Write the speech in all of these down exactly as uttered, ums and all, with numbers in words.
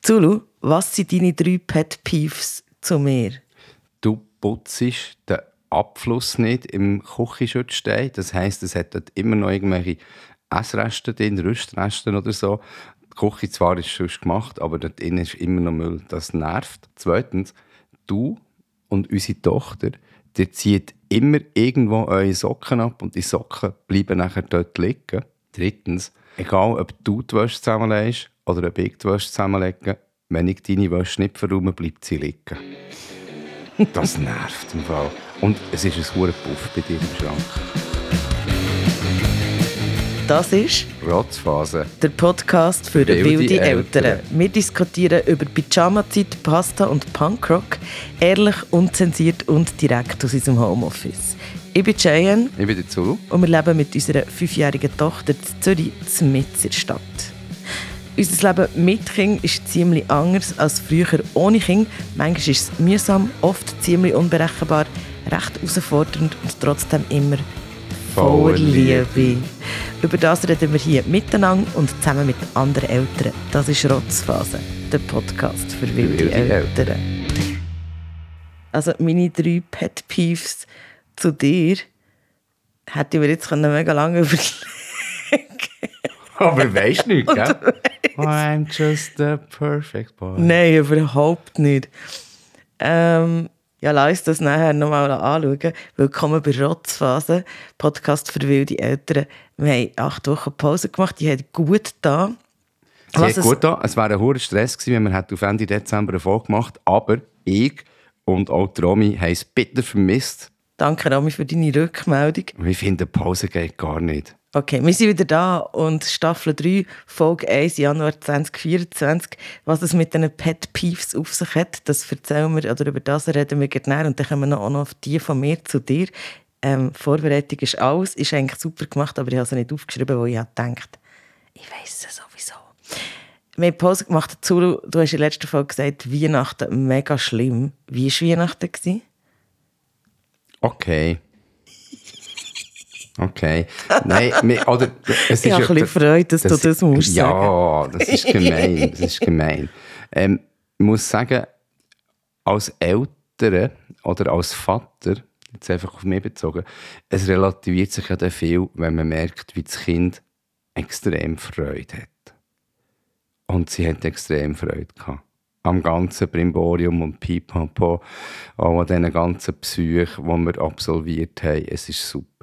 Zulu, was sind deine drei Pet Peeves zu mir? Du putzt den Abfluss nicht im Küchenschützstein. Das heisst, es hat dort immer noch irgendwelche Essreste drin, Rüstreste oder so. Die Küche zwar ist schon gemacht, aber dort innen ist immer noch Müll. Das nervt. Zweitens, du und unsere Tochter, die zieht immer irgendwo eure Socken ab und die Socken bleiben nachher dort liegen. Drittens, egal ob du die Wäsche zusammenlegst oder ob ich die Wäsche zusammenlege, wenn ich deine Wäsche nicht verräume, bleibt sie liegen. Das nervt im Fall. Und es ist ein verdammter Puff bei dir im Schrank. Das ist Rotzphase. Der Podcast für Wilde wilde Eltern. Eltern. Wir diskutieren über Pyjama-Zeit, Pasta und Punkrock. Ehrlich, unzensiert und direkt aus unserem Homeoffice. Ich bin Cheyenne. Ich bin der Zulu. Und wir leben mit unserer fünfjährigen Tochter in Zürich, mitten in der Stadt. Unser Leben mit Kind ist ziemlich anders als früher ohne Kind. Manchmal ist es mühsam, oft ziemlich unberechenbar, recht herausfordernd und trotzdem immer voller Liebe. Über das reden wir hier miteinander und zusammen mit anderen Eltern. Das ist Rotzphase, der Podcast für wilde, wilde Eltern. Eltern. Also meine drei Pet Peeves zu dir hätte ich mir jetzt mega lange überlegen. Aber weisst nicht, gell? Oh, I'm just the perfect boy. Nein, überhaupt nicht. Ähm, ja, lass uns das nachher nochmal anschauen. Willkommen bei Rotzphase, Podcast für wilde Eltern. Wir haben acht Wochen Pause gemacht, die hat gut getan. Sie hat gut getan. Es wäre ein hoher Stress gewesen, wenn wir auf Ende Dezember eine Folge gemacht hätten. Aber ich und auch die Romy haben es bitter vermisst. Danke, Romy, für deine Rückmeldung. Wir finden, Pause geht gar nicht. Okay, wir sind wieder da und Staffel drei, Folge eins, Januar zwanzig vierundzwanzig. Was es mit diesen Pet Peeves auf sich hat, das erzählen wir, oder über das reden wir gerne. Und dann kommen wir auch noch auf die von mir zu dir. Ähm, Vorbereitung ist alles, ist eigentlich super gemacht, aber ich habe es nicht aufgeschrieben, weil ich gedacht, ich weiss es sowieso. Wir haben Pause gemacht dazu. Du hast in der letzten Folge gesagt, Weihnachten mega schlimm. Wie war Weihnachten? Okay. Okay. Nein, wir, oder, es ich habe ein bisschen Freude, dass das, du das musst ja, sagen. Ja, das ist gemein. Das ist gemein. Ähm, ich muss sagen, als Eltern oder als Vater, jetzt einfach auf mich bezogen, es relativiert sich ja dann viel, wenn man merkt, wie das Kind extrem Freude hat. Und sie hat extrem Freude gehabt. Am ganzen Brimborium und Pipapo, auch an diesen ganzen Psyche, die wir absolviert haben. Es war super.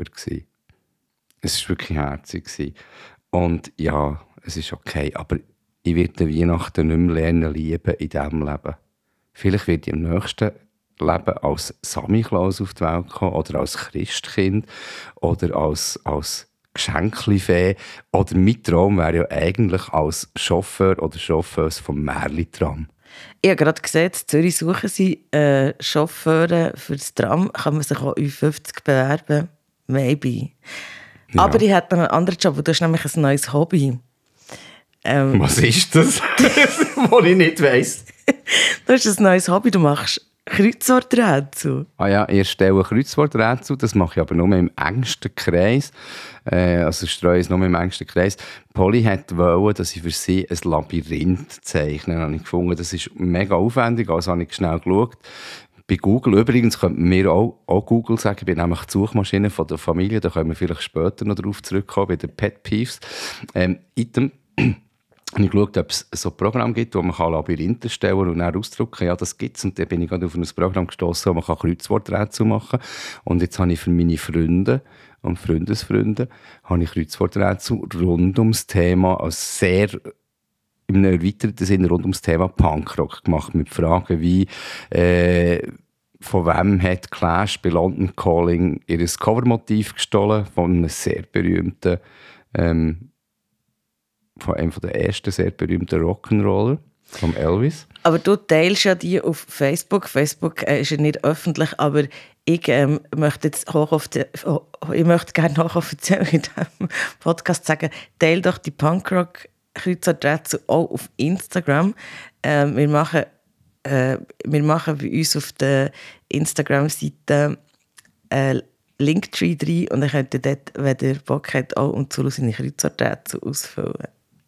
Es war wirklich herzig. Und ja, es ist okay. Aber ich werde Weihnachten nicht mehr lernen lieben in diesem Leben. Vielleicht werde ich im nächsten Leben als Samichlaus auf die Welt kommen oder als Christkind oder als, als Geschenkli-Fee. Oder mein Traum wäre ja eigentlich als Chauffeur oder Chauffeuse vom Märli-Tram. Ich habe gerade gesehen, in Zürich suchen sie äh, Chauffeure für das Tram. Kann man sich auch U fünfzig bewerben? Maybe. Ja. Aber ich hätte noch einen anderen Job, du hast nämlich ein neues Hobby. Ähm, Was ist das? Was ich nicht weiss. Du hast ein neues Hobby, du machst Kreuzworträtsel. Ah ja, ich erstelle Kreuzworträtsel, das mache ich aber nur im engsten Kreis. Äh, also ich streue es nur im engsten Kreis. Polly wollte, dass ich für sie ein Labyrinth zeichne. Dann habe ich gefunden, das ist mega aufwendig, also habe ich schnell geschaut. Bei Google, übrigens könnten wir auch, auch Google sagen, ich bin nämlich die Suchmaschine von der Familie, da können wir vielleicht später noch darauf zurückkommen, bei den Pet Peeves. Ähm, Item. Und ich geschaut, ob es so ein Programm gibt, wo man Labyrinthe erstellen und dann ausdrucken kann. Ja, das gibt es. Und dann bin ich gerade auf ein Programm gestossen, wo man Kreuzworträtsel machen kann. Und jetzt habe ich für meine Freunde und Freundesfreunde habe ich Kreuzworträtsel rund ums Thema, also sehr im erweiterten Sinne rund ums Thema Punkrock gemacht. Mit Fragen wie, äh, von wem hat Clash bei London Calling ihr Covermotiv gestohlen? Von einem sehr berühmten, ähm, von einem der ersten sehr berühmten Rock'n'Roller, vom Elvis. Aber du teilst ja die auf Facebook. Facebook äh, ist ja nicht öffentlich, aber ich ähm, möchte jetzt hochoffiziell, oh, ich möchte gerne hochoffiziell in diesem Podcast sagen, teile doch die Punkrock-Kreuzworträtsel auch auf Instagram. Äh, wir machen, äh, wir machen bei uns auf der Instagram-Seite äh, Linktree rein und dann könnt ihr dort, wenn ihr Bock habt, auch und zu seine Kreuzworträtsel ausfüllen.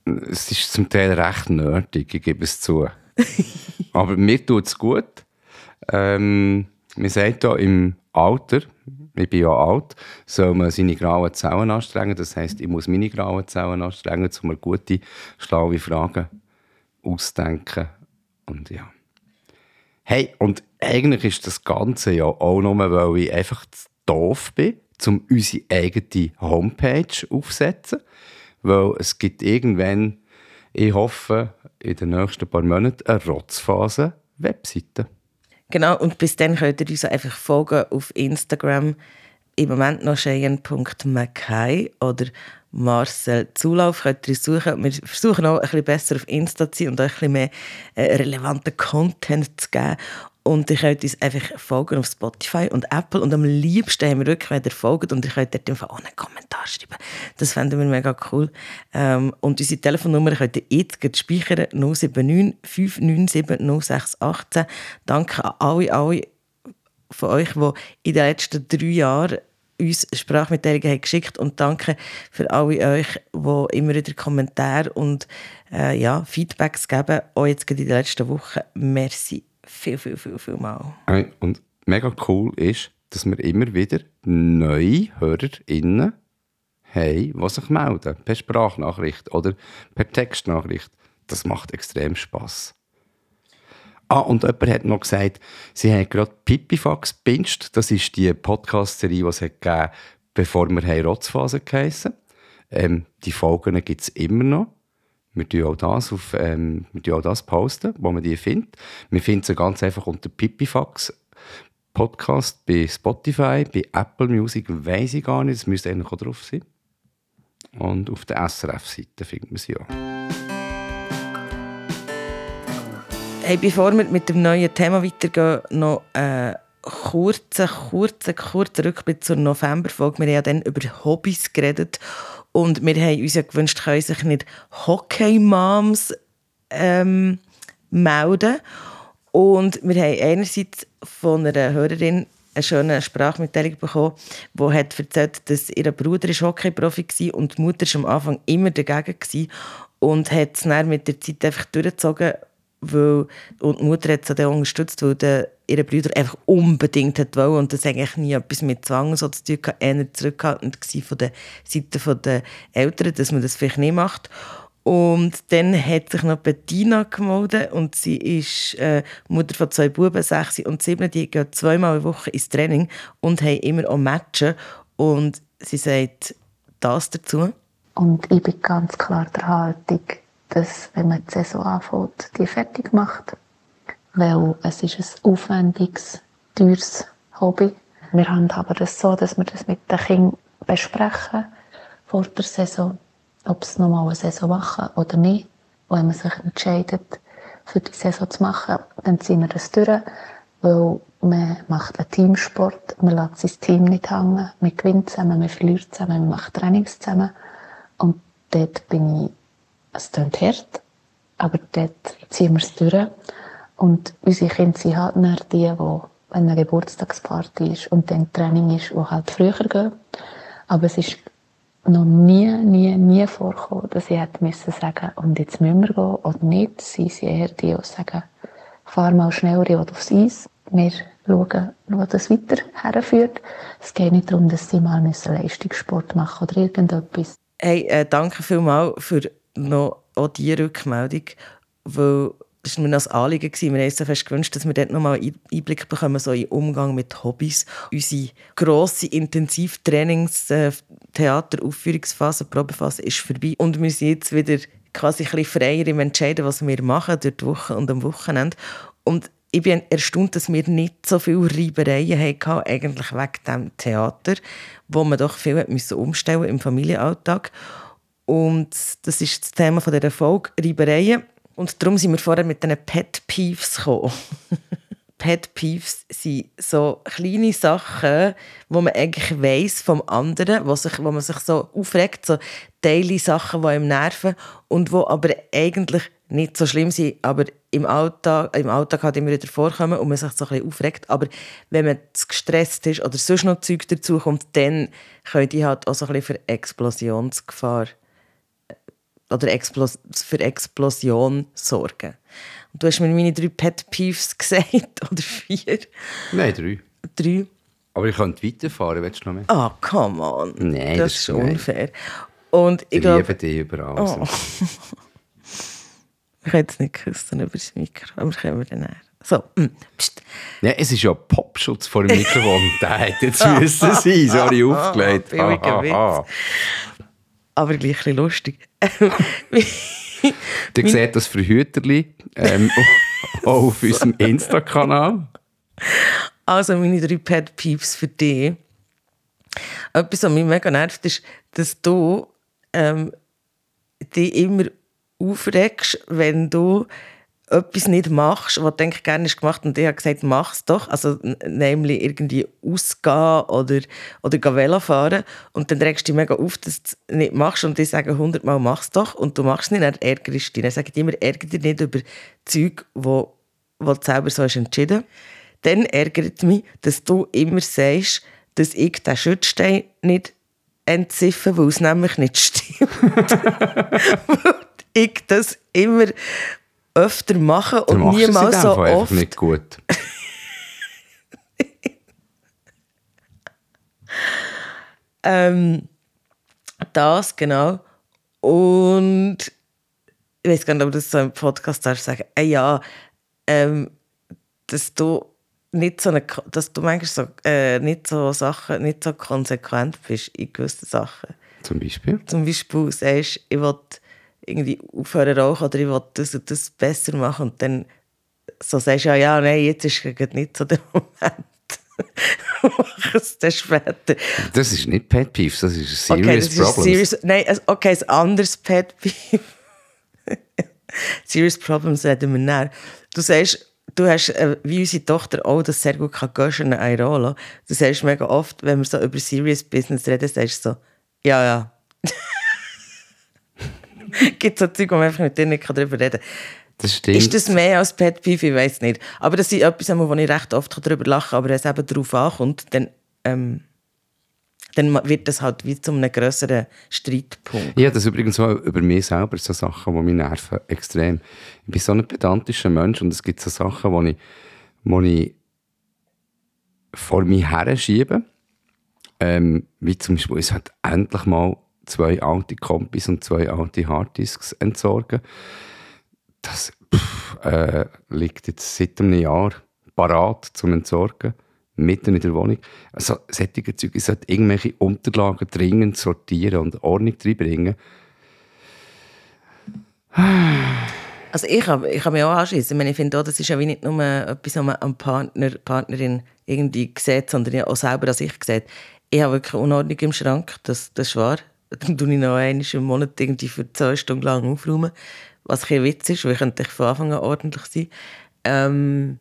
es ist zum Teil recht nerdig, ich gebe es zu. Aber mir tut es gut. Ähm, man sagt ja im Alter, ich bin ja alt, soll man seine grauen Zellen anstrengen. Das heisst, ich muss meine grauen Zellen anstrengen, um mir gute, schlaue Fragen auszudenken. Und ja. Hey, und eigentlich ist das Ganze ja auch nur, weil ich einfach zu doof bin, um unsere eigene Homepage aufzusetzen. Weil es gibt irgendwann, ich hoffe, in den nächsten paar Monaten eine Rotzphase-Webseite. Genau, und bis dann könnt ihr uns einfach folgen auf Instagram. Im Moment noch cheyenne punkt mackay oder Marcel Zulauf könnt ihr suchen. Wir versuchen auch ein bisschen besser auf Insta zu sein und euch ein bisschen mehr äh, relevanten Content zu geben. Und ihr könnt uns einfach folgen auf Spotify und Apple. Und am liebsten haben wir wirklich, wenn ihr folgt und ihr könnt dort einfach auch einen Kommentar schreiben. Das fänden wir mega cool. Ähm, und unsere Telefonnummer könnt ihr jetzt speichern: null sieben neun fünf neun sieben null sechs eins acht. Danke an alle, alle von euch, die in den letzten drei Jahren uns Sprachmitteilungen haben geschickt, und danke für alle euch, die immer wieder Kommentare und äh, ja, Feedbacks geben, auch jetzt gerade in den letzten Wochen. Merci viel, viel, viel, viel mal. Und mega cool ist, dass wir immer wieder neue HörerInnen haben, die sich melden, per Sprachnachricht oder per Textnachricht. Das macht extrem Spass. Ah, und jemand hat noch gesagt, sie haben gerade Pipifax gebinged. Das ist die Podcast-Serie, die es gegeben hat, bevor wir Rotzphase geheissen. Ähm, die Folgen gibt es immer noch. Wir tun auch das, auf, ähm, wir tun auch das posten, wo man die findet. Wir finden sie ganz einfach unter Pipifax Podcast bei Spotify, bei Apple Music weiss ich gar nicht, das müsste eigentlich auch drauf sein. Und auf der S R F-Seite findet man sie auch. Hey, bevor wir mit dem neuen Thema weitergehen, noch einen kurzen, kurzen, kurzen Rückblick zur Novemberfolge. Wir haben ja dann über Hobbys geredet und wir haben uns ja gewünscht, können sich nicht Hockey-Moms ähm, melden. Und wir haben einerseits von einer Hörerin eine schöne Sprachmitteilung bekommen, die hat erzählt, dass ihr Bruder Hockey-Profi war und die Mutter war am Anfang immer dagegen war und hat es dann mit der Zeit einfach durchgezogen. Weil, und die Mutter hat es dann unterstützt, weil der, ihre Brüder einfach unbedingt wollte und das eigentlich nie etwas mit Zwang so zu tun hatte, eher zurückhaltend war von der Seite der Eltern, dass man das vielleicht nicht macht. Und dann hat sich noch Bettina gemeldet und sie ist äh, Mutter von zwei Buben, sechs und sieben, die gehen zweimal in der Woche ins Training und haben immer auch Matchen. Und sie sagt das dazu. Und ich bin ganz klar der Haltung, dass, wenn man die Saison anfängt, die fertig macht. Weil es ist ein aufwendiges, teures Hobby. Wir handhaben das so, dass wir das mit den Kindern besprechen vor der Saison, ob sie nochmal eine Saison machen oder nicht. Und wenn man sich entscheidet, für die Saison zu machen, dann ziehen wir das durch, weil man macht einen Teamsport, man lässt sein Team nicht hängen, man gewinnt zusammen, man verliert zusammen, man macht Trainings zusammen. Und dort bin ich, es klingt hart, aber dort ziehen wir es durch. Und unsere Kinder sind halt dann die, die, wenn eine Geburtstagsparty ist und dann Training ist, die halt früher gehen. Aber es ist noch nie, nie, nie vorgekommen, dass ich hätte müssen sagen, und jetzt müssen wir gehen oder nicht. Sie sind eher die, die sagen, fahr mal schneller oder aufs Eis. Wir schauen, wo das weiter herführt. Es geht nicht darum, dass sie mal Leistungssport machen oder irgendetwas. Hey, äh, danke vielmals für noch auch diese Rückmeldung, weil das war mir noch ein Anliegen. Wir haben uns so fest gewünscht, dass wir dort noch mal einen Einblick bekommen, so in den Umgang mit Hobbys. Unsere grosse Intensivtrainings-, äh, Theater-, Aufführungsphase, Probephase ist vorbei und wir sind jetzt wieder quasi ein bisschen freier im Entscheiden, was wir machen durch die Woche und am Wochenende. Und ich bin erstaunt, dass wir nicht so viele Reibereien hatten, eigentlich wegen dem Theater, wo man doch viel umstellen musste im Familienalltag. Und das ist das Thema dieser Folge, Reibereien. Und darum sind wir vorher mit diesen Pet Peeves gekommen. Pet Peeves sind so kleine Sachen, wo man eigentlich weiss vom anderen, wo, sich, wo man sich so aufregt, so Teile Sachen, die einem nerven und die aber eigentlich nicht so schlimm sind, aber im Alltag, im Alltag halt immer wieder vorkommen und man sich so ein bisschen aufregt. Aber wenn man zu gestresst ist oder sonst noch Zeug dazu kommt, dann können die halt auch so ein bisschen für Explosionsgefahr oder Explos- für Explosion sorgen. Und du hast mir meine drei Pet Peeves gesagt, oder vier? Nein, drei. Drei. Aber ich könnte weiterfahren, willst du noch mehr? Ah, oh, come on. Nein, das, das ist ist gemein. unfair. Und ich Ich glaube, liebe dich überall. Oh. Ich kann jetzt nicht küssen über das Mikro, aber können wir dann näher. So, mm, pst. Ja, es ist ja Popschutz vor dem Mikrofon. Der hätte jetzt müssen sein, so habe ich aufgelegt. Billiger Witz. Aber gleich ein bisschen lustig. Ihr seht das Verhüterli ähm, auch auf unserem Insta-Kanal. Also meine drei Pet Peeves für dich. Etwas, was mich mega nervt, ist, dass du ähm, dich immer aufregst, wenn du etwas nicht machst, was du eigentlich gerne hast gemacht und ich habe gesagt, mach es doch. Also n- nämlich irgendwie ausgehen oder, oder gehen Velo fahren. Und dann regst du dich mega auf, dass du es nicht machst und ich sage hundertmal, mach es doch. Und du machst es nicht, dann ärgerst du dich. Dann sage ich immer, ärgere dich nicht über Zeug, wo, wo du selber so hast entschieden. Dann ärgert mich, dass du immer sagst, dass ich den Schutzstein nicht entziffe, weil es nämlich nicht stimmt. Weil ich das immer öfter mache und Du machst es in niemals dem so Fall einfach oft. nicht gut. Ähm, das, genau. Und ich weiß gar nicht, ob du das so im Podcast darfst sagen. Äh, ja, ähm, dass du nicht so eine, dass du manchmal so, äh, nicht so Sachen, nicht so konsequent bist in gewissen Sachen. Zum Beispiel? Zum Beispiel sagst, ich will irgendwie aufhören rauchen oder ich will das und das besser machen und dann so sagst du, ja, ja, nein, jetzt ist gerade nicht so der Moment. Mach es dann später. Das ist nicht Pet Peeves, das ist ein Okay, Serious das ist Problem. serious, nein, also, okay, ein anderes Pet Peeve. Serious Problems reden wir näher. Du sagst, du hast, äh, wie unsere Tochter auch, das sehr gut kann gehen, eine Airolo. Du sagst mega oft, wenn wir so über Serious Business reden, sagst du so, ja, ja. Gibt so Zeug, wo man einfach mit denen nicht darüber reden kann. Das stimmt. Ist das mehr als Pet Peeve? Ich weiß nicht. Aber das ist etwas, wo ich recht oft darüber lachen kann. Aber wenn es eben darauf ankommt, dann, ähm, dann wird das halt wie zu einem grösseren Streitpunkt. Ja, das übrigens auch über mich selber, so Sachen, die mich nerven extrem. Ich bin so ein pedantischer Mensch und es gibt so Sachen, die ich, die ich vor mir her schiebe. Ähm, wie zum Beispiel, es hat endlich mal zwei alte Kompis und zwei alte Harddisks entsorgen. Das pff, äh, liegt jetzt seit einem Jahr parat zum Entsorgen, mitten in der Wohnung. Also solche Zeug, ich sollte irgendwelche Unterlagen dringend sortieren und Ordnung reinbringen. Also ich kann, ich kann mich auch anschliessen. Ich meine, ich finde auch, das ist ja wie nicht nur etwas, was man am Partner, Partnerin irgendwie sieht, sondern ja auch selber als ich sehe. Ich habe wirklich Unordnung im Schrank, das, das ist wahr. Dann tue ich noch einmal im Monat irgendwie für zwei Stunden lang aufräumen. Was ein bisschen Witz ist, weil ich könnte von Anfang an ordentlich sein. Ähm,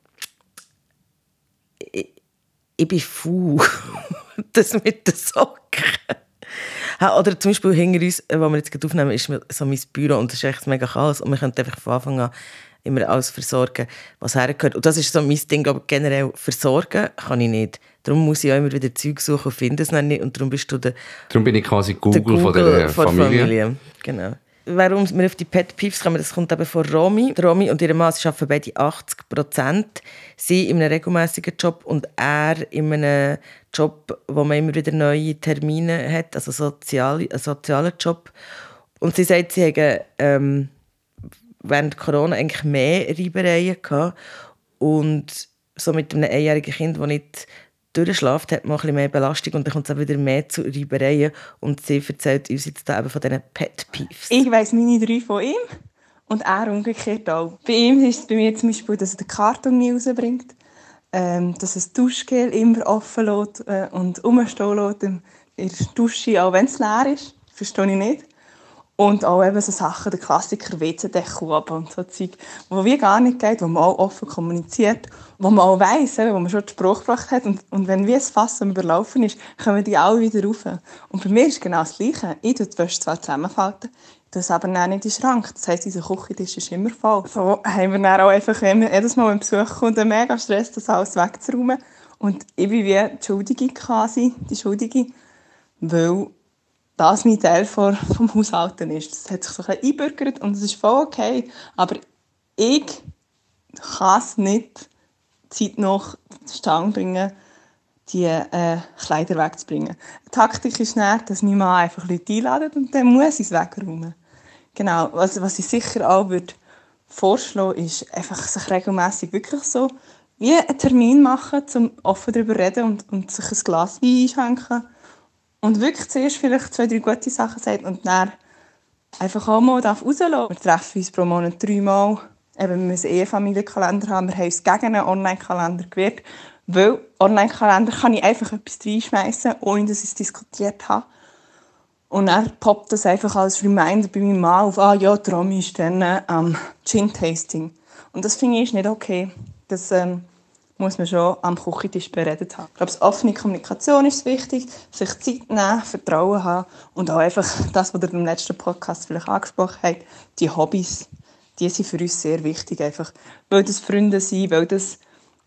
ich, ich bin faul. Das mit den Socken. Ha, oder zum Beispiel hinter uns, wo wir jetzt gerade aufnehmen, ist so mein Büro und das ist echt mega Chaos. Und wir können einfach von Anfang an immer alles versorgen, was hergehört. Und das ist so mein Ding, aber generell versorgen kann ich nicht. Darum muss ich auch immer wieder Zeug suchen und finde es nicht. Und darum bist du der, Darum bin ich quasi Google, der Google von der von Familie. Familie. Genau. Warum wir auf die Pet Peeves kommen, das kommt eben von Romy. Der Romy und ihre Mann arbeiten beide achtzig Prozent. Sie in einem regelmäßigen Job und er in einem Job, wo man immer wieder neue Termine hat, also soziale, einen sozialen Job. Und sie sagt, sie hätten ähm, während Corona eigentlich mehr Reibereien gehabt. Und so mit einem einjährigen Kind, das nicht durchschläft, hat man ein bisschen mehr Belastung und dann kommt es auch wieder mehr zu Reibereien. Und sie erzählt uns jetzt eben von diesen Pet Peeves. Ich weiss meine drei von ihm und er umgekehrt auch. Bei ihm ist es bei mir zum Beispiel, dass er den Karton nie rausbringt, ähm, dass er das Duschgel immer offen lässt äh, und rumstehen lässt in der Dusche, auch wenn es leer ist. Verstehe ich nicht. Und auch eben so Sachen, der Klassiker W C-Deckel und so Zeug, wo wie gar nicht geht, wo man auch offen kommuniziert, wo man auch weiss, wo man schon den Spruch gebracht hat. Und, und wenn wie ein Fass am Überlaufen ist, kommen die alle wieder rauf. Und bei mir ist genau das Gleiche. Ich tue die Wäsche zwar zusammenfalten, das aber dann nicht in den Schrank. Das heisst, unser Küchentisch ist immer voll. So haben wir dann auch einfach immer, jedes Mal, wenn Besuch kommt, einen mega Stress, das alles wegzuräumen. Und ich bin wie die Schuldige quasi, die Schuldige, weil das mein Teil vor, vom Haushalten ist. Das hat sich so ein bisschen eingebürgert und es ist voll okay. Aber ich kann es nicht Zeit noch zustande bringen, die äh, Kleider wegzubringen. Die Taktik ist dann, dass mein Mann einfach Leute einladet und dann muss ich es wegräumen. Genau, was, was ich sicher auch würde vorschlagen, ist einfach sich regelmässig wirklich so wie einen Termin machen, um offen darüber zu reden und, und sich ein Glas Wein einschenken. Und wirklich zuerst vielleicht zwei, drei gute Sachen sagen und dann einfach auch mal rauslassen. Wir treffen uns pro Monat dreimal. Eben, wir müssen eh einen Familienkalender haben. Wir haben uns gegen einen Online-Kalender gewehrt. Weil Online-Kalender kann ich einfach etwas reinschmeißen, ohne dass ich es diskutiert habe. Und dann poppt das einfach als Reminder bei meinem Mann auf, ah ja, die Romy ist dann am ähm, Gin-Tasting. Und das finde ich ist nicht okay. Das ähm, muss man schon am Küchentisch beredet haben. Ich glaube, offene Kommunikation ist wichtig, sich Zeit nehmen, Vertrauen haben und auch einfach das, was ihr im letzten Podcast vielleicht angesprochen habt, die Hobbys, die sind für uns sehr wichtig. Einfach, weil das Freunde sind, weil das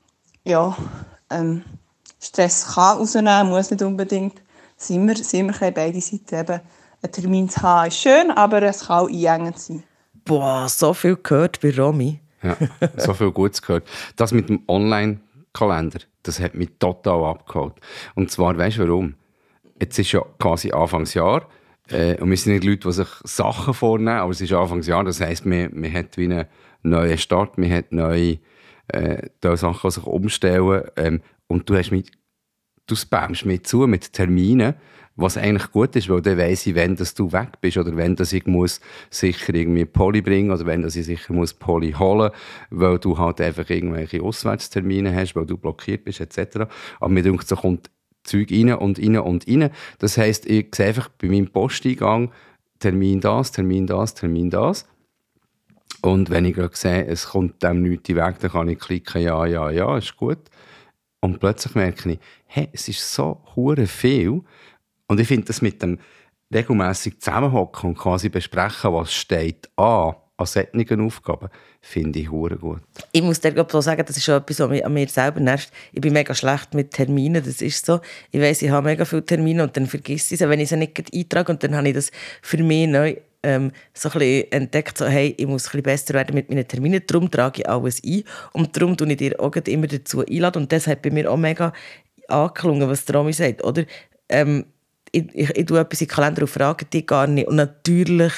ja, ähm, Stress kann rausnehmen, muss nicht unbedingt. Sind wir, sind wir beide Seiten eben, einen Termin zu haben ist schön, aber es kann auch einengend sein. Boah, so viel gehört bei Romy. Ja, so viel Gutes gehört. Das mit dem Online-Kalender, das hat mich total abgeholt. Und zwar, weißt du warum? Jetzt ist ja quasi Anfangsjahr äh, und wir sind nicht Leute, die sich Sachen vornehmen, aber es ist Anfangsjahr, das heisst, man, man hat wie einen neuen Start, man hat neue äh, Sachen, die sich umstellen ähm, und du hast mit, du spammst mit zu mit Terminen, was eigentlich gut ist, weil dann weiss ich, wenn dass du weg bist oder wenn dass ich muss sicher irgendwie Poli bringen oder wenn dass ich sicher muss Poli holen, weil du halt einfach irgendwelche Auswärtstermine hast, weil du blockiert bist et cetera. Aber mir denkt, so kommt Zeug rein und rein und rein. Das heisst, ich sehe einfach bei meinem Posteingang Termin das, Termin das, Termin das. Und wenn ich gerade sehe, es kommt dem nichts weg, dann kann ich klicken, ja, ja, ja, ist gut. Und plötzlich merke ich, hey, es ist so hure viel. Und ich finde das mit dem regelmässig zusammenhocken und quasi besprechen, was steht an, an solchen Aufgaben, finde ich hure gut. Ich muss dir so sagen, das ist schon etwas, was mich an mir selber nervt. Ich bin mega schlecht mit Terminen, das ist so. Ich weiss, ich habe mega viele Termine und dann vergesse ich sie, wenn ich sie nicht eintrage. Und dann habe ich das für mich neu ähm, so ein bisschen entdeckt, so, hey, ich muss ein bisschen besser werden mit meinen Terminen, darum trage ich alles ein. Und darum tue ich dir auch immer dazu einladen. Und das hat bei mir auch mega angeklungen, was der Romy sagt, oder? Ähm, Ich, ich, ich tue etwas in den Kalender und frage dich gar nicht. Und natürlich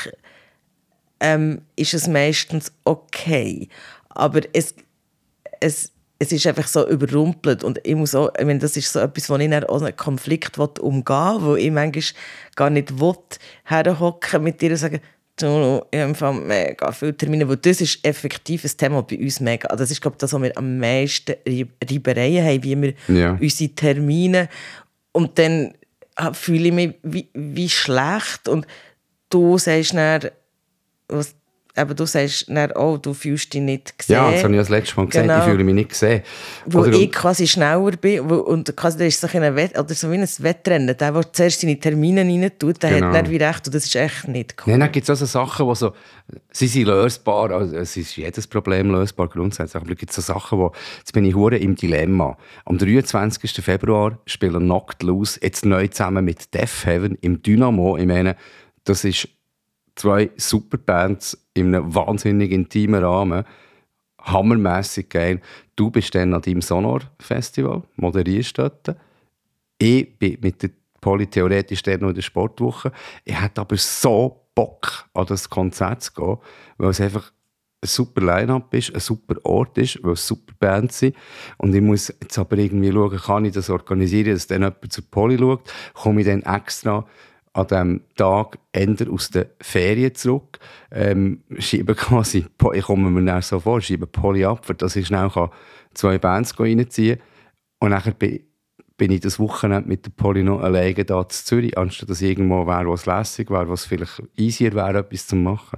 ähm, ist es meistens okay. Aber es, es, es ist einfach so überrumpelt. Und ich muss auch, ich meine, das ist so etwas, wo ich dann auch einen Konflikt umgehen will, wo ich manchmal gar nicht will, herhocken mit dir und sagen, du, ich habe mega viele Termine. Weil das ist effektiv ein Thema bei uns mega. Also das ist, glaube ich, das, was wir am meisten Reibereien haben, wie wir ja. unsere Termine. Und dann fühle ich mich wie, wie schlecht und du sagst dann, was, eben, du sagst dann auch, du fühlst dich nicht gesehen. Ja, das habe ich das letzte Mal gesagt, genau. Ich fühle mich nicht gesehen. Weil oder ich quasi schneller bin und quasi, da ist so ein Wett, oder so wie ein Wettrennen. Der, der zuerst seine Termine rein tut, der genau. hat dann wie recht und das ist echt nicht cool. Nein, dann gibt es also Sachen, die so, sie sind lösbar, also es ist jedes Problem lösbar grundsätzlich, aber es gibt so Sachen, wo, jetzt bin ich hure im Dilemma. Am dreiundzwanzigsten Februar spielen Knocked Loose jetzt neu zusammen mit Death Heaven im Dynamo. Ich meine, das ist zwei Superbands in einem wahnsinnig intimen Rahmen. Hammermässig geil. Du bist dann an deinem Sonor-Festival, moderierst dort. Ich bin mit der Poli theoretisch dann noch in der Sportwoche. Ich hatte aber so Bock, an das Konzert zu gehen, weil es einfach ein super Line-Up ist, ein super Ort ist, weil es super Bands sind. Und ich muss jetzt aber irgendwie schauen, kann ich das organisieren, dass dann jemand zur Poli schaut. Komme ich dann extra an diesem Tag änder aus den Ferien zurück, ähm, schiebe quasi, ich komme mir dann so vor, schiebe Poli ab, für dass ich schnell zwei Bands reinziehen kann. Und dann bin, bin ich das Wochenende mit der Poli noch alleine da in Zürich, anstatt dass irgendwo wäre, was lässig wäre, was vielleicht easier wäre, etwas zu machen.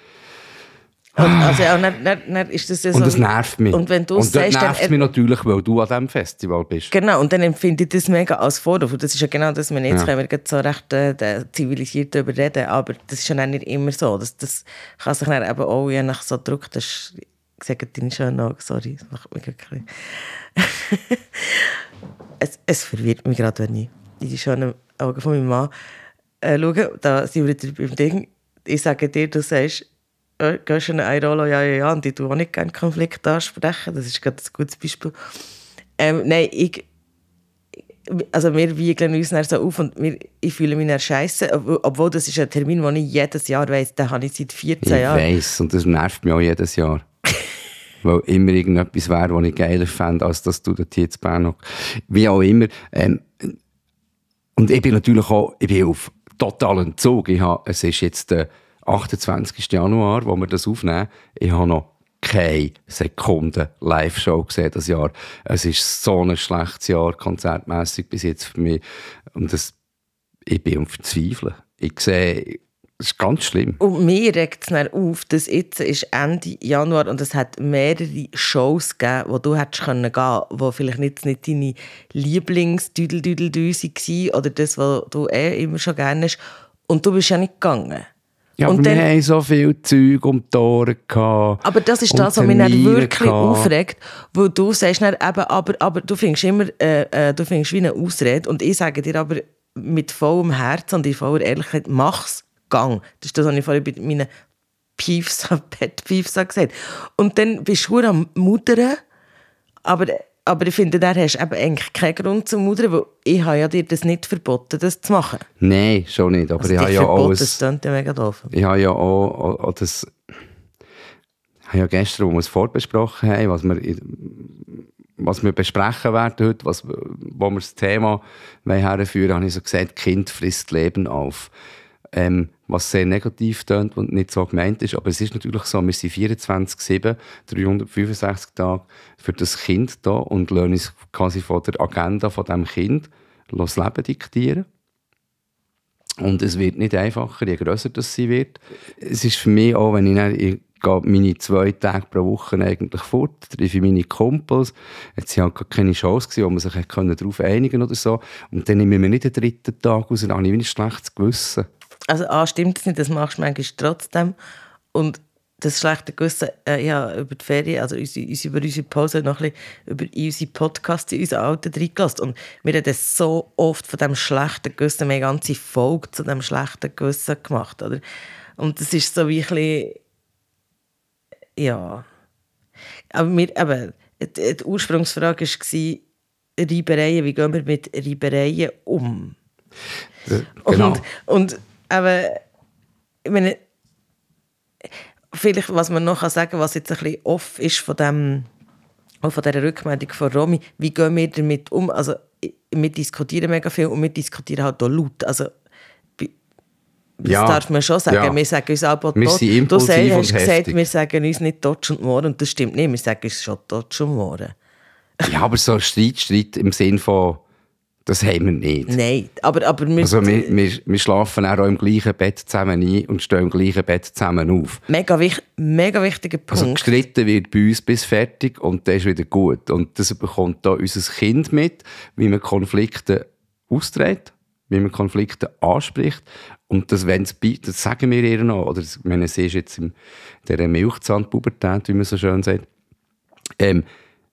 Und, also, ja, dann, dann, dann ist das ja so, und das nervt mich. Und, wenn du und das sagst, nervt dann, mich natürlich, weil du an diesem Festival bist. Genau, und dann empfinde ich das mega als Vorwurf. Das ist ja genau das, wir jetzt Ja. können wir so recht äh, zivilisiert darüber reden, aber das ist ja dann nicht immer so. Das, das kann sich dann eben auch je nach so Druck, das ist, ich sage deine schönen Augen, sorry, das macht mich wirklich es, es verwirrt mich gerade, wenn ich in die schönen Augen von meinem Mann äh, schauen, da sind wir wieder beim Ding. Ich sage dir, du sagst, äh, gehst du eine Rolle, ja, ja, ja, und ich tue auch nicht gerne Konflikte ansprechen. Das ist gerade ein gutes Beispiel. Ähm, nein, ich, also wir wiegeln uns dann so auf und wir, ich fühle mich dann scheisse, obwohl das ist ein Termin, den ich jedes Jahr weiss, den habe ich seit vierzehn Jahren. Ich weiss, und das nervt mich auch jedes Jahr. Weil immer irgendetwas wäre, was ich geiler fände, als dass du dort hier zu Bern hockst. Wie auch immer. Ähm, und ich bin natürlich auch, ich bin auf totalen Zug. Ich habe, es ist jetzt der achtundzwanzigsten Januar, wo wir das aufnehmen. Ich habe noch keine Sekunde Live-Show gesehen das Jahr. Es ist so ein schlechtes Jahr, konzertmässig bis jetzt für mich. Und das, ich bin am Verzweifeln. Ich sehe, das ist ganz schlimm. Und mir regt es dann auf, dass jetzt ist Ende Januar und es hat mehrere Shows gegeben, wo du hättest gehen können, wo vielleicht nicht, nicht deine Lieblings-Düdel-Düdel-Dü waren oder das, was du eh immer schon gerne hast. Und du bist ja nicht gegangen. Ja, und aber dann, wir haben so viel Zeug um die Ohren gehabt. Aber das ist das, was mich dann wirklich aufregt, weil du sagst dann eben, aber, aber du findest immer, äh, äh, du findest wie eine Ausrede und ich sage dir aber mit vollem Herzen und in voller Ehrlichkeit, mach's, gang. Das ist das, was ich vorhin bei meinen Piefs, Pet Piefs gesagt. Und dann bist du am Muttern, aber, aber ich finde, da hast du eben eigentlich keinen Grund zum Muttern, weil ich habe ja dir das nicht verboten, das zu machen. Nein, schon nicht. Aber also ich habe ja verboten, auch... Das klingt ja mega doof. Ich habe ja auch, auch, auch das... Ich habe ja gestern, wo wir es vorbesprochen haben, was wir, was wir besprechen werden heute, was, wo wir das Thema herführen, habe ich so gesagt, Kind frisst Leben auf. Ähm, was sehr negativ tönt und nicht so gemeint ist. Aber es ist natürlich so, wir sind vierundzwanzig sieben, dreihundertfünfundsechzig Tage für das Kind da und lassen uns quasi von der Agenda von diesem Kind das Leben diktieren. Und es wird nicht einfacher, je grösser das sie wird. Es ist für mich auch, wenn ich, dann, ich gehe meine zwei Tage pro Woche eigentlich fort, treffe meine Kumpels. Jetzt waren halt keine Chance, wo man sich darauf einigen konnte oder so. Und dann nehmen wir nicht den dritten Tag raus, dann habe ich ein schlechtes Gewissen. Also A, stimmt es nicht, das machst du manchmal trotzdem. Und das schlechte Gewissen, äh, ja, über die Ferien, also unsere, unsere, über unsere Pause noch ein bisschen über unsere Podcasts in unseren Alten reingelassen. Und wir haben das so oft von diesem schlechten Gewissen, wir haben eine ganze Folge zu diesem schlechten Gewissen gemacht. Oder? Und das ist so wie ein bisschen, ja. Aber wir, eben, die, die Ursprungsfrage war, Reibereien, wie gehen wir mit Reibereien um? Ja, genau. Und, und aber, ich meine, vielleicht, was man noch sagen kann, was jetzt ein bisschen off ist von, dem, von dieser Rückmeldung von Romy, wie gehen wir damit um? Also, wir diskutieren mega viel und wir diskutieren halt auch laut. Also, das ja, darf man schon sagen. Ja. Wir sagen uns aber wir sind impulsiv du hast und gesagt, heftig. Wir sagen uns nicht Deutsch und Morgen und das stimmt nicht. Wir sagen uns schon Deutsch und Morgen. Ja, aber so Streit, Streit im Sinn von, das haben wir nicht. Nein, aber, aber wir... Also wir, wir, wir schlafen auch im gleichen Bett zusammen ein und stehen im gleichen Bett zusammen auf. Mega, wich, mega wichtiger Punkt. Also gestritten wird bei uns bis fertig und das ist wieder gut. Und das bekommt da unser Kind mit, wie man Konflikte austrägt, wie man Konflikte anspricht. Und das, wenn's bei, das sagen wir ihr noch, oder ich meine, sie ist jetzt in dieser Milchzahnpubertät, wie man so schön sagt, ähm,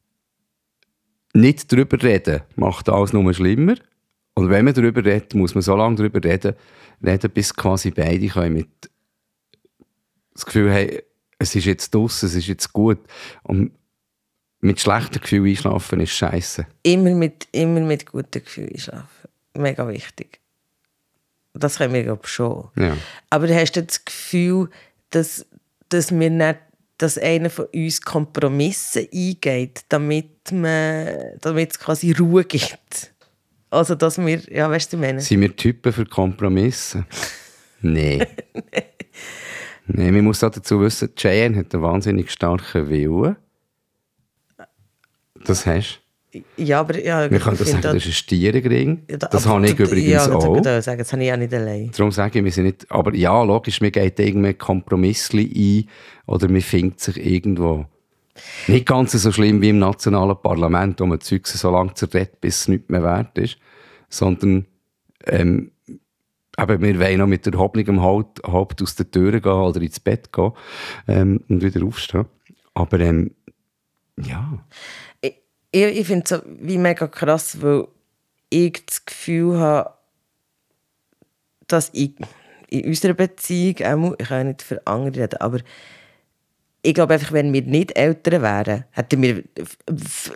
nicht darüber reden macht alles nur schlimmer. Und wenn man darüber redet, muss man so lange darüber reden, reden bis quasi beide können mit das Gefühl haben, es ist jetzt draussen, es ist jetzt gut. Und mit schlechtem Gefühl einschlafen ist scheisse. Immer mit, immer mit gutem Gefühl einschlafen. Mega wichtig. Das können wir, glaube ich, schon. Ja. Aber hast du das Gefühl, dass, dass wir nicht dass einer von uns Kompromisse eingeht, damit, man, damit es quasi Ruhe gibt. Also, dass wir, ja, weißt du, was ich meine? Sind wir Typen für Kompromisse? Nein. Nein, man muss auch dazu wissen, Cheyenne hat einen wahnsinnig starken Willen. Das hast du. Ja, aber... Ja, wir können das sagen, das ist ein Stierenring. Ja, da, das habe ich übrigens ja, auch. Ja, das, das habe ich auch nicht allein. Darum sage ich, wir sind nicht... Aber ja, logisch, man geht irgendwie Kompromisse ein oder man findet sich irgendwo... Nicht ganz so schlimm wie im nationalen Parlament, wo man Zeug so lange zerredet, bis es nichts mehr wert ist. Sondern ähm, eben, wir wollen noch mit der hobligem Haupt, Haupt aus der Tür gehen oder ins Bett gehen ähm, und wieder aufstehen. Aber ähm, ja... Ich, ich finde es so wie mega krass, weil ich das Gefühl habe, dass ich in unserer Beziehung, auch, ich kann ja nicht für andere reden, aber ich glaube einfach, wenn wir nicht Eltern wären, hätten wir f-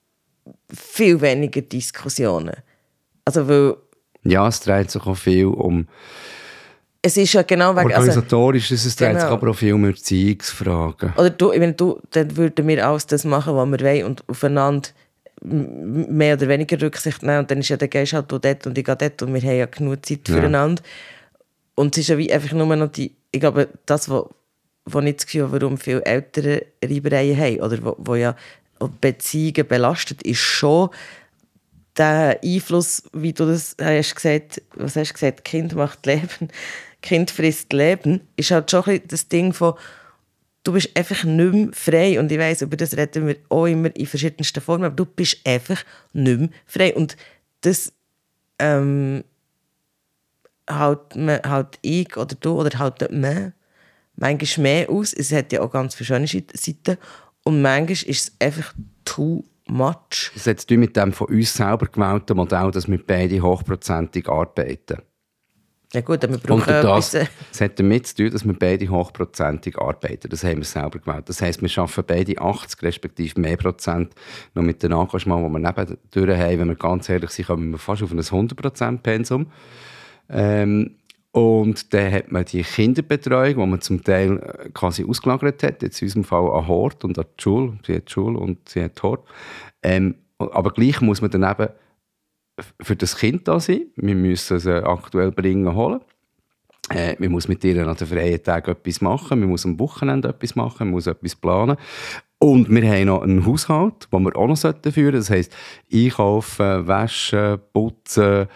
viel weniger Diskussionen. Also, weil Ja, es dreht sich auch viel um es ist ja genau wegen... organisatorisch, also, es dreht genau. sich aber auch viel um Erziehungsfragen. Oder du, wenn du, dann würden wir alles das machen, was wir wollen und aufeinander mehr oder weniger Rücksicht nehmen. Und dann ist ja, dann gehst halt du dort und ich gehe dort und wir haben ja genug Zeit Ja. füreinander. Und es ist ja wie einfach nur noch die... Ich glaube, das, was wo nicht das Gefühl habe, warum viele Eltern Reibereien haben oder wo, wo ja Beziehungen belastet, ist schon der Einfluss, wie du das hast gesagt, was hast du gesagt, Kind macht Leben, Kind frisst Leben, ist halt schon ein bisschen das Ding von, du bist einfach nicht mehr frei. Und ich weiss, über das reden wir auch immer in verschiedensten Formen, aber du bist einfach nicht mehr frei. Und das ähm, halt, man, halt ich oder du oder halt nicht mehr manchmal mehr aus. Es hat ja auch ganz viele schöne Seiten. Und manchmal ist es einfach too much. Das hat zu tun mit dem von uns selber gewählten Modell, dass wir beide hochprozentig arbeiten. Ja gut, aber wir Und brauchen das, etwas... das hat damit zu tun, dass wir beide hochprozentig arbeiten. Das haben wir selber gewählt. Das heisst, wir arbeiten beide achtzig respektive mehr Prozent noch mit dem Engagement, das wir nebendurch haben. Wenn wir ganz ehrlich sind, kommen wir fast auf ein hundert Prozent Pensum. Ähm, Und dann hat man die Kinderbetreuung, die man zum Teil quasi ausgelagert hat, jetzt in unserem Fall an Hort und an die Schule. Sie hat die Schule und sie hat Hort. Ähm, aber gleich muss man dann eben für das Kind da sein. Wir müssen sie aktuell bringen, holen. Äh, man muss mit ihr an den freien Tagen etwas machen. Man muss am Wochenende etwas machen. Man muss etwas planen. Und wir haben noch einen Haushalt, den wir auch noch führen sollten. Das heisst, einkaufen, waschen, putzen.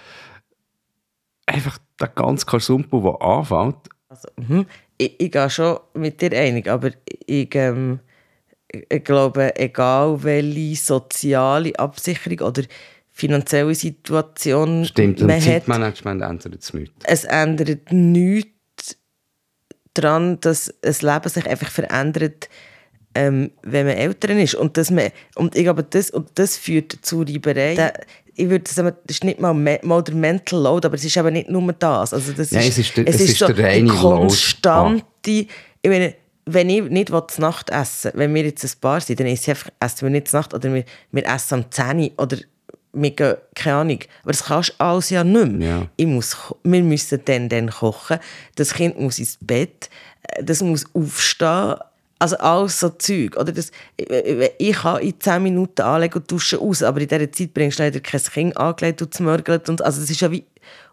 Einfach der ganze Kasumpel, der anfällt. Also, mhm. ich, ich gehe schon mit dir einig, aber ich, ähm, ich glaube, egal welche soziale Absicherung oder finanzielle Situation Stimmt, man im hat, Zeitmanagement ändert es nichts. es ändert nichts daran, dass das Leben sich einfach verändert, ähm, wenn man Eltern ist. Und, dass man, und ich glaube, das, und das führt zu Reiberei. Da, ich würde sagen, das ist nicht mal, mal der Mental Load, aber es ist eben nicht nur das. Also das Nein, ist, es ist der, es es ist ist so der reine die konstante... Ah. Ich meine, wenn ich nicht zur Nacht essen will, wenn wir jetzt ein Paar sind, dann esse ich einfach, essen wir nicht zur Nacht oder wir, wir essen am zehn Uhr oder wir gehen, keine Ahnung. Aber das kannst du alles ja nicht mehr. Ja. Ich muss, wir müssen dann, dann kochen, das Kind muss ins Bett, das muss aufstehen. Also alles so Zeug. Oder das, ich kann in zehn Minuten anlegen und duschen aus, aber in dieser Zeit bringst du leider kein Kind angelegt und zmörgelt. Und, also das ist ja wie...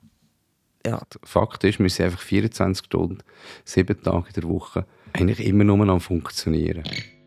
Ja. Fakt ist, wir sind einfach vierundzwanzig Stunden, sieben Tage in der Woche eigentlich immer nur am Funktionieren.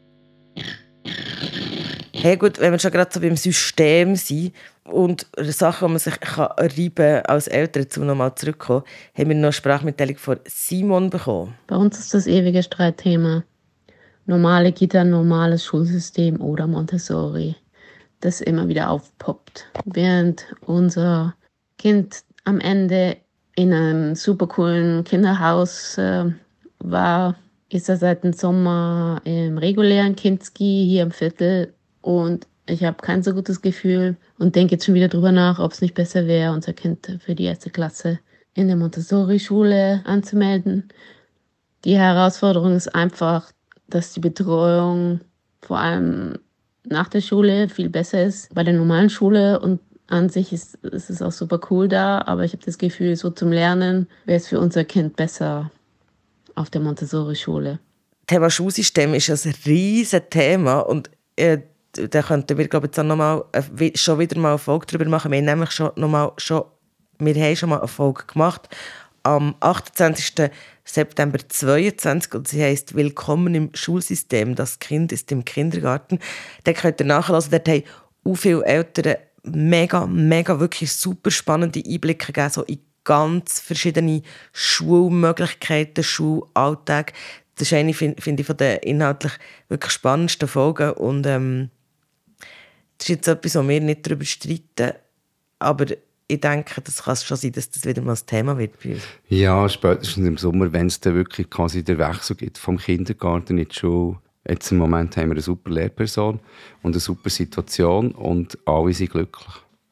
Hey gut, wenn wir schon gerade so beim System sind und Sachen, die man sich kann reiben kann als Eltern, dazu nochmal zurückkommen, haben wir noch eine Sprachmitteilung von Simon bekommen. Bei uns ist das ewige Streitthema. Normale Kita, normales Schulsystem oder Montessori, das immer wieder aufpoppt. Während unser Kind am Ende in einem super coolen Kinderhaus äh, war, ist er seit dem Sommer im regulären Kindski hier im Viertel und ich habe kein so gutes Gefühl und denke jetzt schon wieder drüber nach, ob es nicht besser wäre, unser Kind für die erste Klasse in der Montessori-Schule anzumelden. Die Herausforderung ist einfach, dass die Betreuung vor allem nach der Schule viel besser ist. Bei der normalen Schule und an sich ist, ist es auch super cool da, aber ich habe das Gefühl, so zum Lernen wäre es für unser Kind besser auf der Montessori-Schule. Thema Schulsystem ist ein riesiges Thema und äh, da könnten wir, glaube ich, jetzt auch noch mal, äh, schon wieder mal eine Folge darüber machen. Wir haben nämlich schon, noch mal, schon, wir haben schon mal eine Folge gemacht am achtundzwanzigsten September zweitausendzweiundzwanzig und sie heisst «Willkommen im Schulsystem, das Kind ist im Kindergarten». Da könnt ihr nachhören, dort haben auch viele Eltern mega, mega, wirklich super spannende Einblicke gegeben, so in ganz verschiedene Schulmöglichkeiten, Schulalltag. Das ist eine, finde find ich, von den inhaltlich wirklich spannendsten Folgen und ähm, das ist jetzt etwas, wo wir nicht darüber streiten, aber ich denke, das kann schon sein, dass das wieder mal ein Thema wird bei uns. Ja, spätestens im Sommer, wenn es dann wirklich quasi den Wechsel gibt vom Kindergarten in die Schule. Jetzt im Moment haben wir eine super Lehrperson und eine super Situation und alle sind glücklich.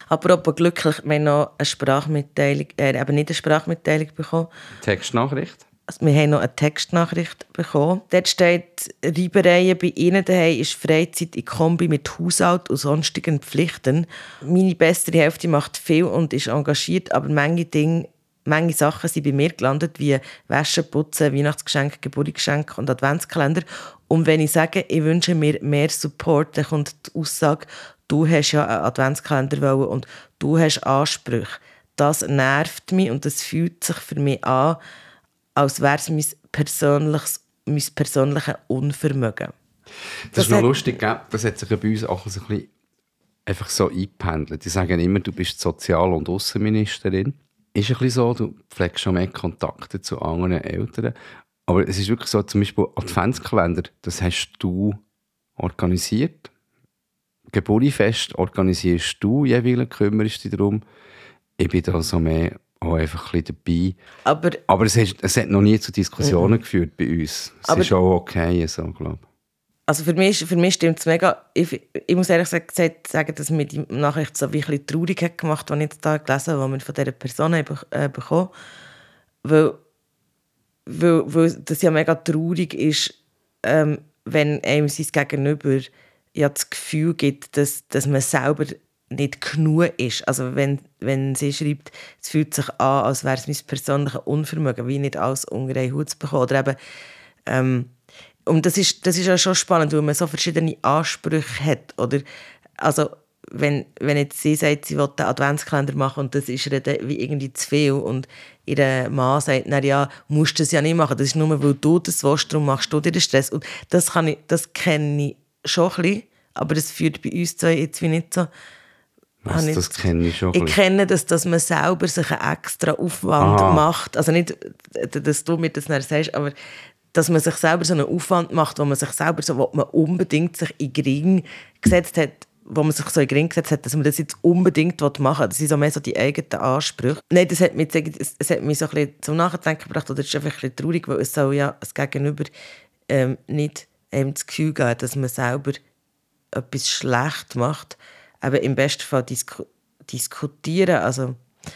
Apropos glücklich, wir haben noch eine Sprachmitteilung, äh, eben nicht eine Sprachmitteilung bekommen. Textnachricht? Also wir haben noch eine Textnachricht bekommen. Dort steht, Reibereien bei Ihnen daheim ist Freizeit in Kombi mit Haushalt und sonstigen Pflichten. Meine bessere Hälfte macht viel und ist engagiert, aber manche Dinge, manche Sachen sind bei mir gelandet, wie Wäsche, Putzen, Weihnachtsgeschenke, Geburtstagsgeschenke und Adventskalender. Und wenn ich sage, ich wünsche mir mehr Support, dann kommt die Aussage, du hast ja einen Adventskalender wollen und du hast Ansprüche. Das nervt mich und das fühlt sich für mich an, als wäre es mein persönliches, mein persönliches Unvermögen. Das, Das ist noch hat- lustig, gell? Das hat sich bei uns auch so ein bisschen einfach so eingependelt. Die sagen immer, du bist Sozial- und Aussenministerin. Ist ein bisschen so, du pflegst schon mehr Kontakte zu anderen Eltern. Aber es ist wirklich so, zum Beispiel Adventskalender, das hast du organisiert. Geburtstagsfest organisierst du jeweils, kümmerst dich darum. Ich bin da so mehr auch einfach ein bisschen dabei. Aber, Aber es hat, es hat noch nie zu Diskussionen Mhm. geführt bei uns. Es Aber- ist auch okay, so, glaube ich. also für mich, für mich stimmt es mega. Ich, ich muss ehrlich gesagt sagen, dass mir die Nachricht so wie ein bisschen traurig hat gemacht, als ich jetzt da gelesen habe, die wir von dieser Person haben, äh, bekommen. Weil, weil, weil das ja mega traurig ist, ähm, wenn einem sein Gegenüber ja das Gefühl gibt, dass, dass man selber nicht genug ist. Also wenn, wenn sie schreibt, es fühlt sich an, als wäre es mein persönliches Unvermögen, wie nicht alles unter einen Hut zu bekommen. Oder eben, ähm, und das ist, das ist ja schon spannend, weil man so verschiedene Ansprüche hat. Oder, also wenn, wenn jetzt sie sagt, sie will den Adventskalender machen und das ist ihr dann wie irgendwie zu viel und ihr Mann sagt, na ja, musst du das ja nicht machen, das ist nur, weil du das willst, darum machst du dir den Stress. Und das, kann ich, das kenne ich schon ein bisschen, aber das führt bei uns zwei jetzt wie nicht so. Was, Habe ich- das kenne ich schon. ein Ich bisschen. kenne das, dass man selber sich einen extra Aufwand Ah. macht. Also nicht, dass du mir das nicht sagst, aber dass man sich selber so einen Aufwand macht, wo man sich selber so, wo man unbedingt sich in den Ring gesetzt hat, wo man sich so in den Ring gesetzt hat, dass man das jetzt unbedingt machen will. Das sind so mehr so die eigenen Ansprüche. Nein, das hat mich, es, es hat mich so ein bisschen zum Nachdenken gebracht, oder es ist einfach ein bisschen traurig, weil es soll ja das Gegenüber ähm, nicht einem das Gefühl geben, dass man selber etwas schlecht macht. Aber im besten Fall disku- diskutieren, also,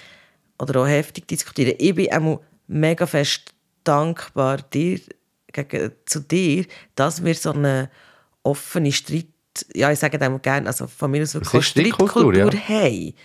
oder auch heftig diskutieren. Ich bin auch mega fest dankbar dir, gegen, zu dir, dass wir so eine offene Streit, ja, ich sage dem gerne, also von mir aus wirklich ist Streitkultur, Streitkultur ja. haben.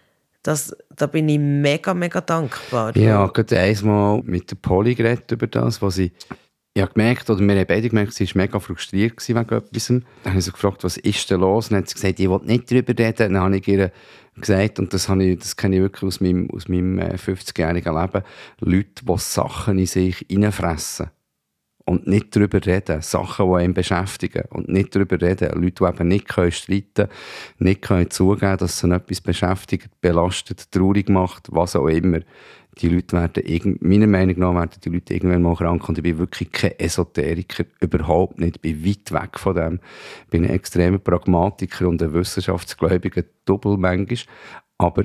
Das, da bin ich mega, mega dankbar. Ich habe gerade einmal mit der Polly geredet über das, was ich, ich habe gemerkt, oder wir haben beide gemerkt, sie war mega frustriert wegen etwas. Dann habe ich sie gefragt, was ist denn los? Und dann hat sie gesagt, ich will nicht darüber reden. Dann habe ich ihr gesagt, und das, habe ich, das kenne ich wirklich aus meinem, aus meinem äh, fünfzigjährigen Leben, Leute, die Sachen in sich hineinfressen und nicht darüber reden. Sachen, die einen beschäftigen und nicht darüber reden. Leute, die eben nicht können streiten können, nicht können zugeben, dass sie etwas beschäftigt, belastet, traurig macht, was auch immer. Die Leute werden, irgend, meiner Meinung nach, werden die Leute irgendwann mal krank. Und ich bin wirklich kein Esoteriker, überhaupt nicht. Ich bin weit weg von dem. Ich bin ein extremer Pragmatiker und ein wissenschaftsgläubiger Double manchmal. Aber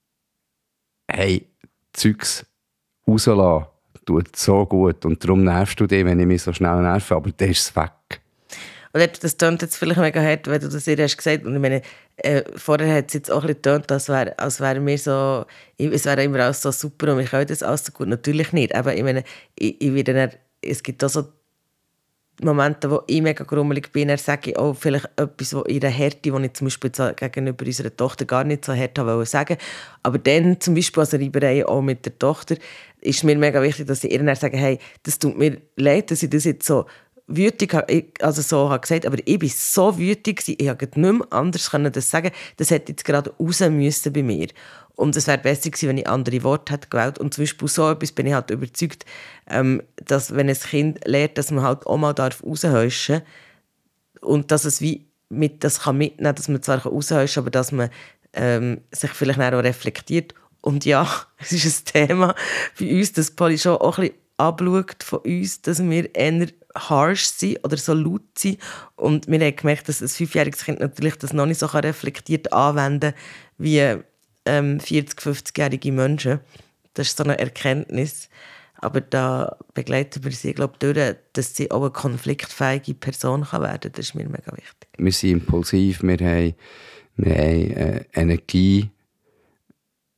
hey, Zeugs rauslassen tut so gut. Und darum nervst du dich, wenn ich mich so schnell nerve. Aber dann ist es weg. Und das klingt jetzt vielleicht mega hart, wenn du das ihr hast gesagt. Und ich meine, äh, vorher hat es jetzt auch ein bisschen getönt, als wäre als wär wir so, es wäre immer alles so super und wir können das alles so gut. Natürlich nicht. Aber ich meine, ich, ich werde dann, es gibt auch so Momente, wo ich mega grummelig bin, dann sage ich auch vielleicht etwas, wo in der Härte, die ich zum Beispiel so gegenüber unserer Tochter gar nicht so hart wollte sagen. Aber dann zum Beispiel als Reiberei auch mit der Tochter, ist mir mega wichtig, dass ich ihr dann sage, hey, das tut mir leid, dass ich das jetzt so wütig, also so habe gesagt, aber ich war so wütig, ich konnte nicht mehr anders das sagen. Das hätte jetzt gerade raus müssen bei mir. Und es wäre besser gewesen, wenn ich andere Worte hätte gewählt. Und zum Beispiel so etwas bin ich halt überzeugt, ähm, dass wenn ein Kind lernt, dass man halt auch mal raushäuschen darf und dass es wie mit, das kann mitnehmen, dass man zwar raushäuschen kann, aber dass man ähm, sich vielleicht auch reflektiert. Und ja, es ist ein Thema bei uns, dass Polly schon auch ein bisschen abschaut von uns, dass wir eher harsh sind oder so laut sind. Und wir haben gemerkt, dass ein fünfjähriges Kind natürlich das noch nicht so reflektiert anwenden kann wie ähm, vierzig-, fünfzigjährige Menschen. Das ist so eine Erkenntnis. Aber da begleiten wir sie, glaube ich, durch, dass sie auch eine konfliktfähige Person kann werden kann. Das ist mir mega wichtig. Wir sind impulsiv, wir haben, wir haben äh, Energie,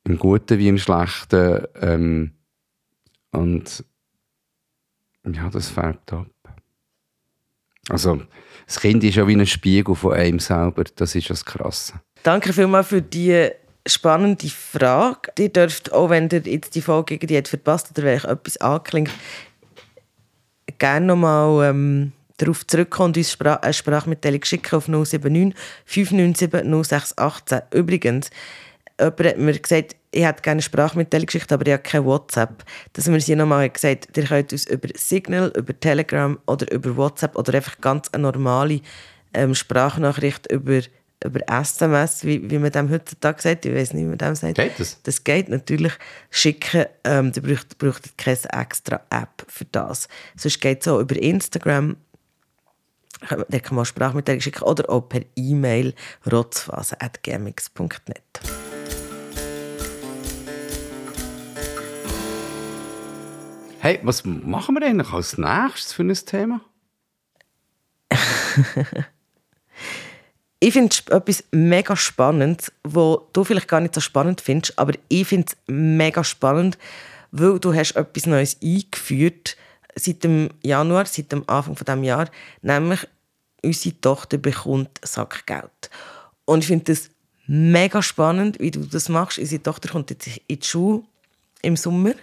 Im Guten wie im Schlechten. Ähm, und ja, das färbt ab. Also, das Kind ist ja wie ein Spiegel von einem selber. Das ist das Krasse. Danke vielmals für die spannende Frage. Ihr dürft, auch wenn ihr jetzt die Folge irgendwie habt verpasst oder wenn euch etwas anklingt, gerne nochmal ähm, darauf zurückkommen und uns Spra- eine Sprachmitteilung schicken auf null sieben neun fünf neun sieben null sechs eins acht. Übrigens, jemand hat mir gesagt, ich hätte gerne eine Sprachmitteilung geschickt, aber ich habe keine WhatsApp. Dass wir sie nochmal gesagt, ihr könnt uns über Signal, über Telegram oder über WhatsApp oder einfach ganz eine normale ähm, Sprachnachricht über, über S M S, wie, wie man dem heutzutage sagt, ich weiß nicht, wie man dem sagt. Geht das? Das geht natürlich. Schicken, ähm, ihr braucht, braucht keine extra App für das. Sonst geht es auch über Instagram. Da kann man Sprachmitteilung schicken oder auch per E-Mail rotzphase at gmx punkt net. Hey, was machen wir eigentlich als nächstes für ein Thema? Ich finde etwas mega Spannendes, was du vielleicht gar nicht so spannend findest, aber ich finde es mega spannend, weil du hast etwas Neues eingeführt seit dem Januar, seit dem Anfang dieses Jahres, nämlich unsere Tochter bekommt Sackgeld. Und ich finde das mega spannend, wie du das machst. Unsere Tochter kommt jetzt in die Schule im Sommer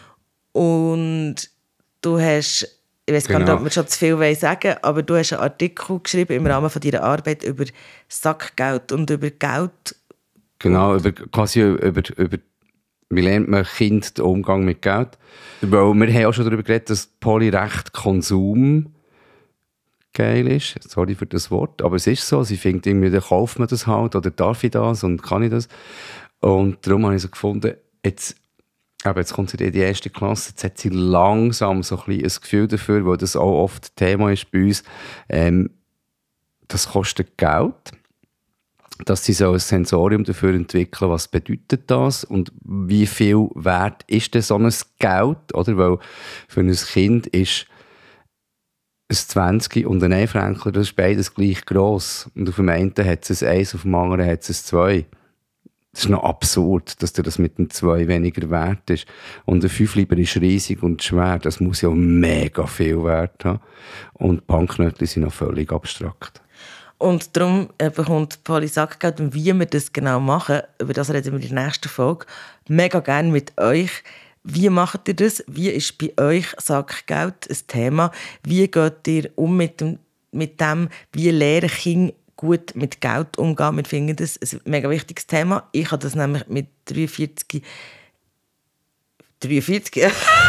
und du hast, ich weiß gar nicht, ob man schon zu viel sagen will, aber du hast einen Artikel geschrieben im Rahmen von deiner Arbeit über Sackgeld und über Geld. Genau, über, quasi über, über wie lernt man Kind den Umgang mit Geld. Weil wir haben auch schon darüber geredet, dass Polly recht Konsum geil ist. Sorry für das Wort, aber es ist so. Sie findet irgendwie, dann kauft man das halt oder darf ich das und kann ich das. Und darum habe ich so gefunden, jetzt, aber jetzt kommt sie in die erste Klasse, jetzt hat sie langsam so ein, bisschen ein Gefühl dafür, weil das auch oft Thema ist bei uns. Ähm, das kostet Geld. Dass sie so ein Sensorium dafür entwickeln, was bedeutet das und wie viel wert ist denn so ein Geld, oder? Weil für ein Kind ist ein zwanzig und ein ein-Fränkler, das ist beides gleich gross. Und auf dem einen hat es ein eins, auf dem anderen hat es ein zwei. Das ist noch absurd, dass dir das mit dem zwei weniger wert ist. Und ein Fünfliber ist riesig und schwer, das muss ja mega viel Wert haben. Und Banknoten sind noch völlig abstrakt. Und darum bekommt Polly Sackgeld. Und wie wir das genau machen, über das reden wir in der nächsten Folge, mega gerne mit euch. Wie macht ihr das? Wie ist bei euch Sackgeld ein Thema? Wie geht ihr um mit dem, mit dem wie lernen Kinder gut mit Geld umgehen? Wir finden das ein mega wichtiges Thema. Ich habe das nämlich mit dreiundvierzig... dreiundvierzig?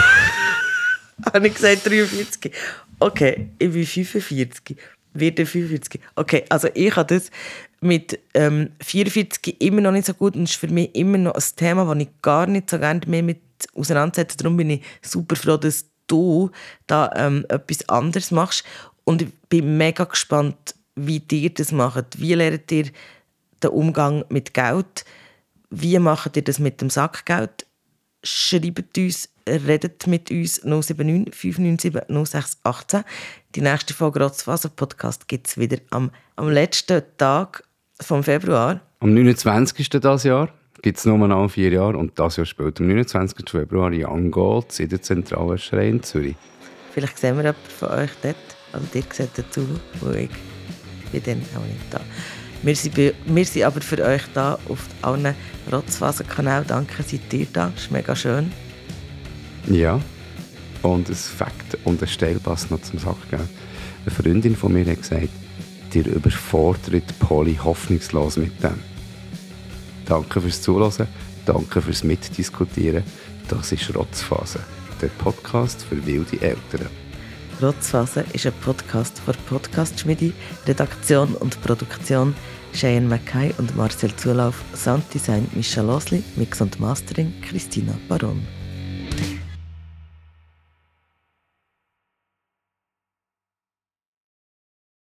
Habe ich gesagt dreiundvierzig? Okay, ich bin fünfundvierzig. Werde fünfundvierzig. Okay, also ich habe das mit ähm, vierundvierzig immer noch nicht so gut und es ist für mich immer noch ein Thema, das ich gar nicht so gerne mehr mit auseinandersetze. Darum bin ich super froh, dass du da ähm, etwas anderes machst und ich bin mega gespannt, wie ihr das macht. Wie lernt ihr den Umgang mit Geld? Wie macht ihr das mit dem Sackgeld? Schreibt uns, redet mit uns null sieben neun fünf neun sieben null sechs eins acht. Die nächste Folge Rotzfaser-Podcast gibt es wieder am, am letzten Tag vom Februar. Am neunundzwanzigsten dieses Jahr gibt es nur noch vier Jahre und das Jahr später, am neunundzwanzigsten Februar in Angolz in der Zentralwäscherei in Zürich. Vielleicht sehen wir jemanden von euch dort, oder ihr seht dazu, wo ich bin dann auch nicht da. Wir sind, bei, wir sind aber für euch da auf allen Rotzfaser-Kanälen. Danke, seid ihr da. Das ist mega schön. Ja, und ein Fakt und ein Steilpass noch zum Sackgeld. Eine Freundin von mir hat gesagt, dir überfordert Polly hoffnungslos mit dem. Danke fürs Zuhören, danke fürs Mitdiskutieren. Das ist Rotzphase, der Podcast für wilde Eltern. Rotzphase ist ein Podcast von Podcast-Schmiede, Redaktion und Produktion Cheyenne Mackay und Marcel Zulauf, Sounddesign Micha Losli, Mix und Mastering Christina Baron.